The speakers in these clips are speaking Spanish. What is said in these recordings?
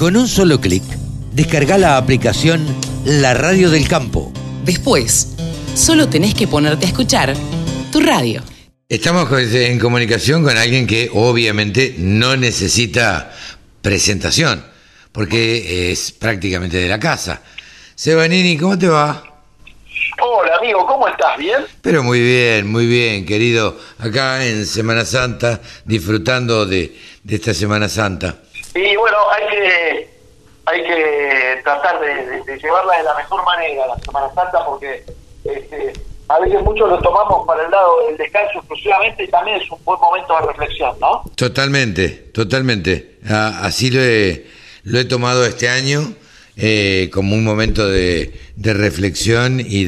Con un solo clic, descarga la aplicación La Radio del Campo. Después, solo tenés que ponerte a escuchar tu radio. Estamos en comunicación con alguien que obviamente no necesita presentación, porque es prácticamente de la casa. Seba Nini, ¿cómo te va? Hola amigo, ¿cómo estás? ¿Bien? Pero muy bien, querido. Acá en Semana Santa, disfrutando de esta Semana Santa. Y bueno, hay que tratar de llevarla de la mejor manera, la Semana Santa, porque a veces muchos lo tomamos para el lado del descanso exclusivamente y también es un buen momento de reflexión, ¿no? Totalmente. Así lo he tomado este año, como un momento de reflexión y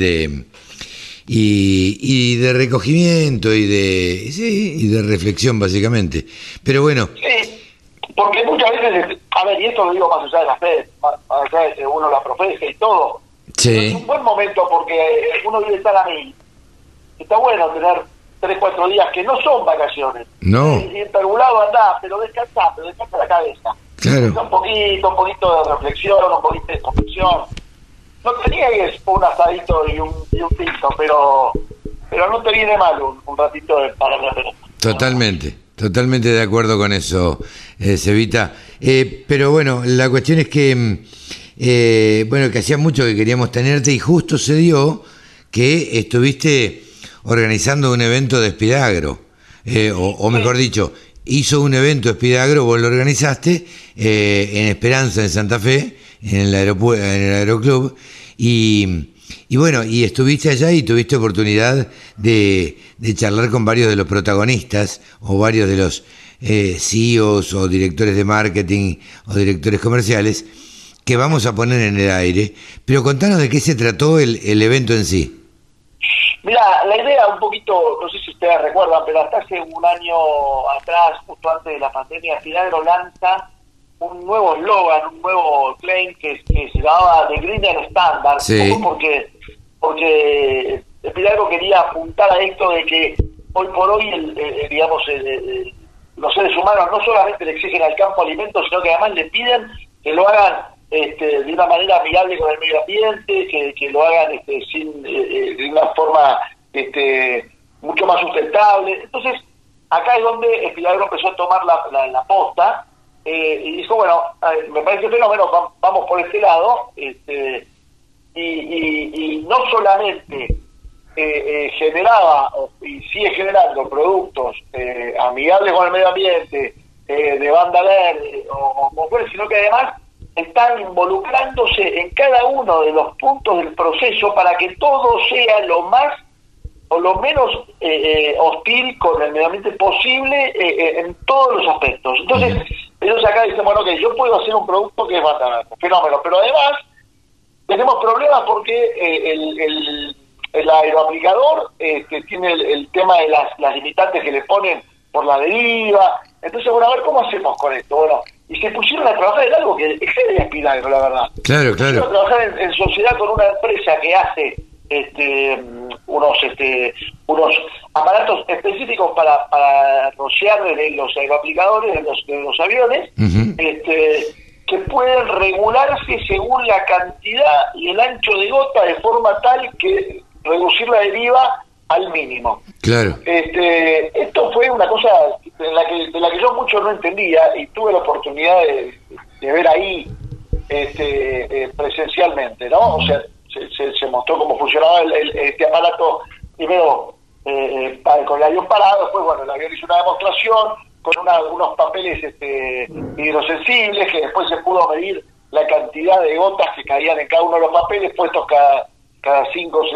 de recogimiento y de reflexión, básicamente. Pero bueno. Sí, porque muchas veces, a ver, y esto lo digo más allá de la fe, más allá de que uno la profesa y todo, sí. Es un buen momento porque uno vive tan a mí. Está bueno tener 3-4 días que no son vacaciones. No. Y en algún lado andá, pero descansa la cabeza. Claro. Un poquito de reflexión, un poquito de confesión. No te niegues un asadito y un tinto, pero no te viene mal un ratito para la pelota. Totalmente de acuerdo con eso, Cevita. Pero bueno, la cuestión es que, que hacía mucho que queríamos tenerte y justo se dio que estuviste organizando un evento de Espidagro, o mejor dicho, hizo un evento de Espidagro, vos lo organizaste en Esperanza, en Santa Fe, en el Aeroclub, y bueno, y estuviste allá y tuviste oportunidad de charlar con varios de los protagonistas o varios de los CEOs o directores de marketing o directores comerciales que vamos a poner en el aire. Pero contanos de qué se trató el evento en sí. Mira, la idea un poquito, no sé si ustedes recuerdan, pero hasta hace un año atrás, justo antes de la pandemia, Espidagro lanza un nuevo eslogan, un nuevo claim que se llamaba The Greener Standard, sí. porque Espidagro quería apuntar a esto de que hoy por hoy, los seres humanos no solamente le exigen al campo alimentos, sino que además le piden que lo hagan de una manera amigable con el medio ambiente, que lo hagan de una forma mucho más sustentable. Entonces, acá es donde Espidagro empezó a tomar la posta, y dijo, bueno, me parece fenómeno, vamos por este lado, y no solamente generaba y sigue generando productos amigables con el medio ambiente, de banda verde o mujeres, sino que además están involucrándose en cada uno de los puntos del proceso para que todo sea lo más o lo menos hostil con el medio ambiente posible en todos los aspectos. Entonces, ellos acá dicen, bueno, que yo puedo hacer un producto que es fenómeno, pero además tenemos problemas porque el aeroaplicador tiene el tema de las limitantes que le ponen por la deriva. Entonces, bueno, a ver cómo hacemos con esto. Bueno, y se pusieron a trabajar en algo que excede a Espidagro, la verdad. Claro. Se pusieron a trabajar en sociedad con una empresa que hace unos aparatos específicos para rociar los aeroaplicadores de los aviones, que pueden regularse según la cantidad y el ancho de gota de forma tal que reducir la deriva al mínimo. Claro. Esto fue una cosa de la que yo mucho no entendía y tuve la oportunidad de ver ahí presencialmente, ¿no? O sea, se mostró cómo funcionaba este aparato, primero con el avión parado, después, bueno, el avión hizo una demostración con unos papeles hidrosensibles, que después se pudo medir la cantidad de gotas que caían en cada uno de los papeles, puestos cada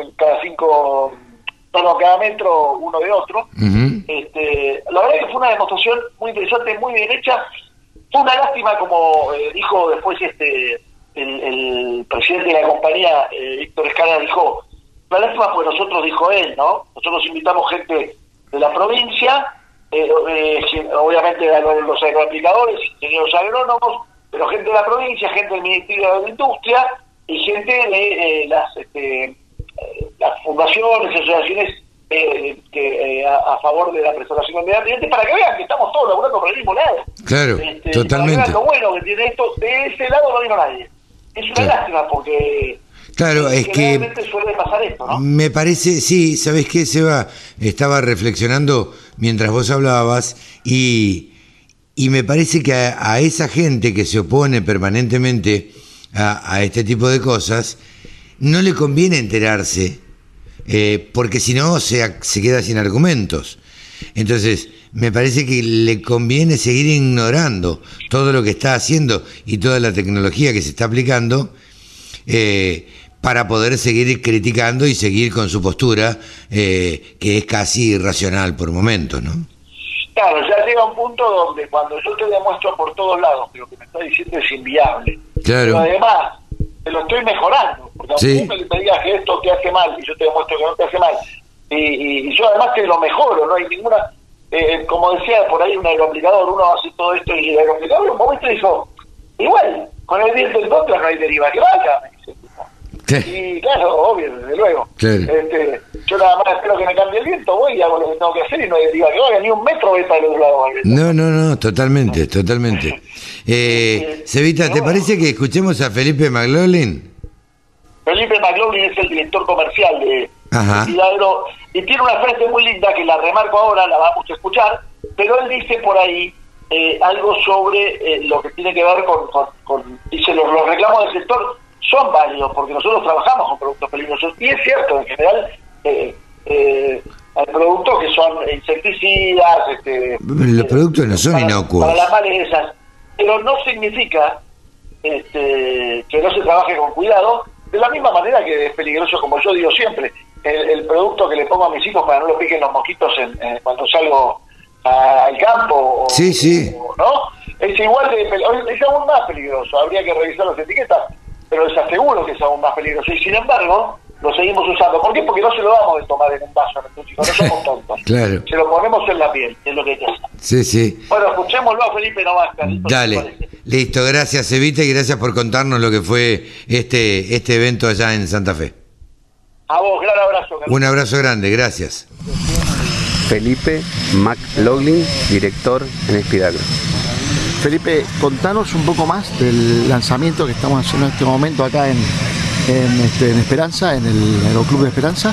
metro uno de otro. La verdad es que fue una demostración muy interesante, muy bien hecha. Fue una lástima, como dijo después el presidente de la compañía, Víctor Escala, dijo, una lástima porque nosotros, dijo él, ¿no? Nosotros invitamos gente de la provincia, obviamente a los agroaplicadores, ingenieros agrónomos, pero gente de la provincia, gente del Ministerio de la Industria y gente de las fundaciones, asociaciones a favor de la preservación del medio ambiente, para que vean que estamos todos laburando por el mismo lado. Claro, totalmente. Para que vean lo bueno que tiene esto, de ese lado no vino nadie. Es una lástima porque... Claro, es que realmente suele pasar esto, ¿no? me parece, sí, ¿sabés qué, Seba? Estaba reflexionando mientras vos hablabas y me parece que a esa gente que se opone permanentemente a este tipo de cosas, no le conviene enterarse, porque si no se queda sin argumentos. Entonces, me parece que le conviene seguir ignorando todo lo que está haciendo y toda la tecnología que se está aplicando, para poder seguir criticando y seguir con su postura, que es casi irracional por momentos, ¿no? Claro, ya llega un punto donde cuando yo te demuestro por todos lados que lo que me está diciendo es inviable, claro. Pero además te lo estoy mejorando, porque aunque tú me digas que esto te hace mal y yo te demuestro que no te hace mal, y yo además te lo mejoro, no hay ninguna, como decía por ahí un aeroaplicador, uno hace todo esto y el aeroaplicador en un momento dijo, igual, con el viento en contra no hay deriva que vaya, me dice. Y claro, obvio, desde luego. Claro. Yo nada más espero que me cambie el viento, voy y hago lo que tengo que hacer y no hay deriva que vaya, ni un metro voy para el otro lado. No, totalmente. Cevita, ¿te parece que escuchemos a Felipe McLaughlin? Felipe McLaughlin es el director comercial de Piedagro y tiene una frase muy linda que la remarco ahora, la vamos a escuchar, pero él dice por ahí algo sobre lo que tiene que ver con dice, los reclamos del sector son válidos porque nosotros trabajamos con productos peligrosos y es cierto, en general hay productos que son insecticidas, los productos no son inocuos para las malezas, pero no significa que no se trabaje con cuidado, de la misma manera que es peligroso, como yo digo siempre, el producto que le pongo a mis hijos para no lo piquen los mosquitos cuando salgo al campo, sí. ¿no? Es igual es aún más peligroso, habría que revisar las etiquetas, pero les aseguro que es aún más peligroso, y sin embargo lo seguimos usando. ¿Por qué? Porque no se lo damos de tomar en un vaso a nuestros hijos, no somos tontos. Claro. Se lo ponemos en la piel, es lo que hay que hacer. Sí. Bueno, escuchémoslo a Felipe nomás. Dale, listo, gracias Evita y gracias por contarnos lo que fue este evento allá en Santa Fe. A vos, gran abrazo. Carlos. Un abrazo grande, gracias. Felipe McLaughlin, director en Espidagro. Felipe, contanos un poco más del lanzamiento que estamos haciendo en este momento acá en Esperanza, en el Aeroclub de Esperanza,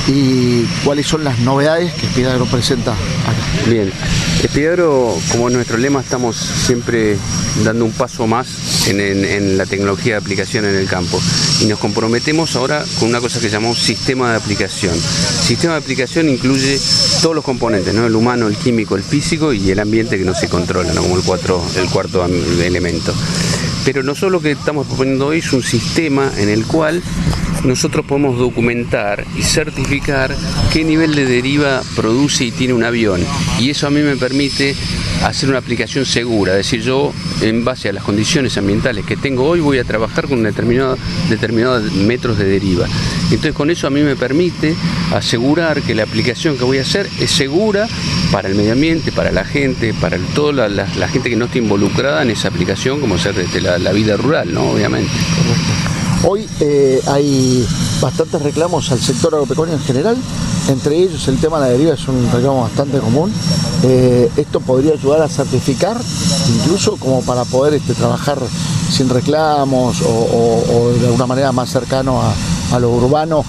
y cuáles son las novedades que Espidagro presenta acá. Bien, Espidagro, como es nuestro lema, estamos siempre dando un paso más en la tecnología de aplicación en el campo y nos comprometemos ahora con una cosa que llamamos sistema de aplicación. Sistema de aplicación incluye todos los componentes, ¿no? El humano, el químico, el físico y el ambiente que no se controla, ¿no? Como el cuarto elemento. Pero nosotros lo que estamos proponiendo hoy es un sistema en el cual nosotros podemos documentar y certificar qué nivel de deriva produce y tiene un avión. Y eso a mí me permite hacer una aplicación segura. Es decir, yo, en base a las condiciones ambientales que tengo hoy, voy a trabajar con determinados metros de deriva. Entonces, con eso a mí me permite asegurar que la aplicación que voy a hacer es segura para el medio ambiente, para la gente, para toda la gente que no esté involucrada en esa aplicación, como ser la vida rural, ¿no? Obviamente. Correcto. Hoy hay bastantes reclamos al sector agropecuario en general, entre ellos el tema de la deriva es un reclamo bastante común. Esto podría ayudar a certificar, incluso como para poder trabajar sin reclamos o de alguna manera más cercano a lo urbano,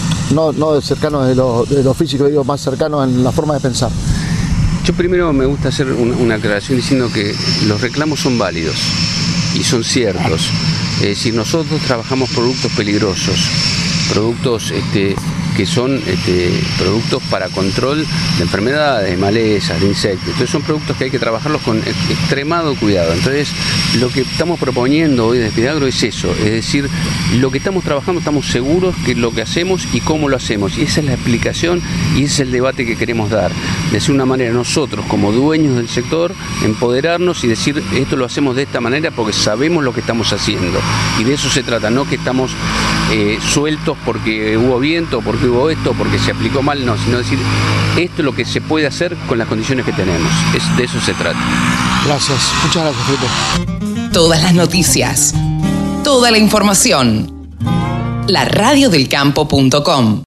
no cercano de lo físico, digo, más cercano en la forma de pensar. Yo primero me gusta hacer una aclaración diciendo que los reclamos son válidos y son ciertos. Es decir, nosotros trabajamos productos peligrosos, productos que son productos para control de enfermedades, de malezas, de insectos. Entonces son productos que hay que trabajarlos con extremado cuidado. Entonces lo que estamos proponiendo hoy de Espidagro es eso, es decir, lo que estamos trabajando estamos seguros que es lo que hacemos y cómo lo hacemos. Y esa es la explicación y ese es el debate que queremos dar. De decir una manera nosotros como dueños del sector, empoderarnos y decir esto lo hacemos de esta manera porque sabemos lo que estamos haciendo. Y de eso se trata, no que estamos sueltos porque hubo viento, porque hubo esto, porque se aplicó mal, no, sino decir esto es lo que se puede hacer con las condiciones que tenemos. De eso se trata. Gracias, muchas gracias, Felipe. Todas las noticias, toda la información. laradiodelcampo.com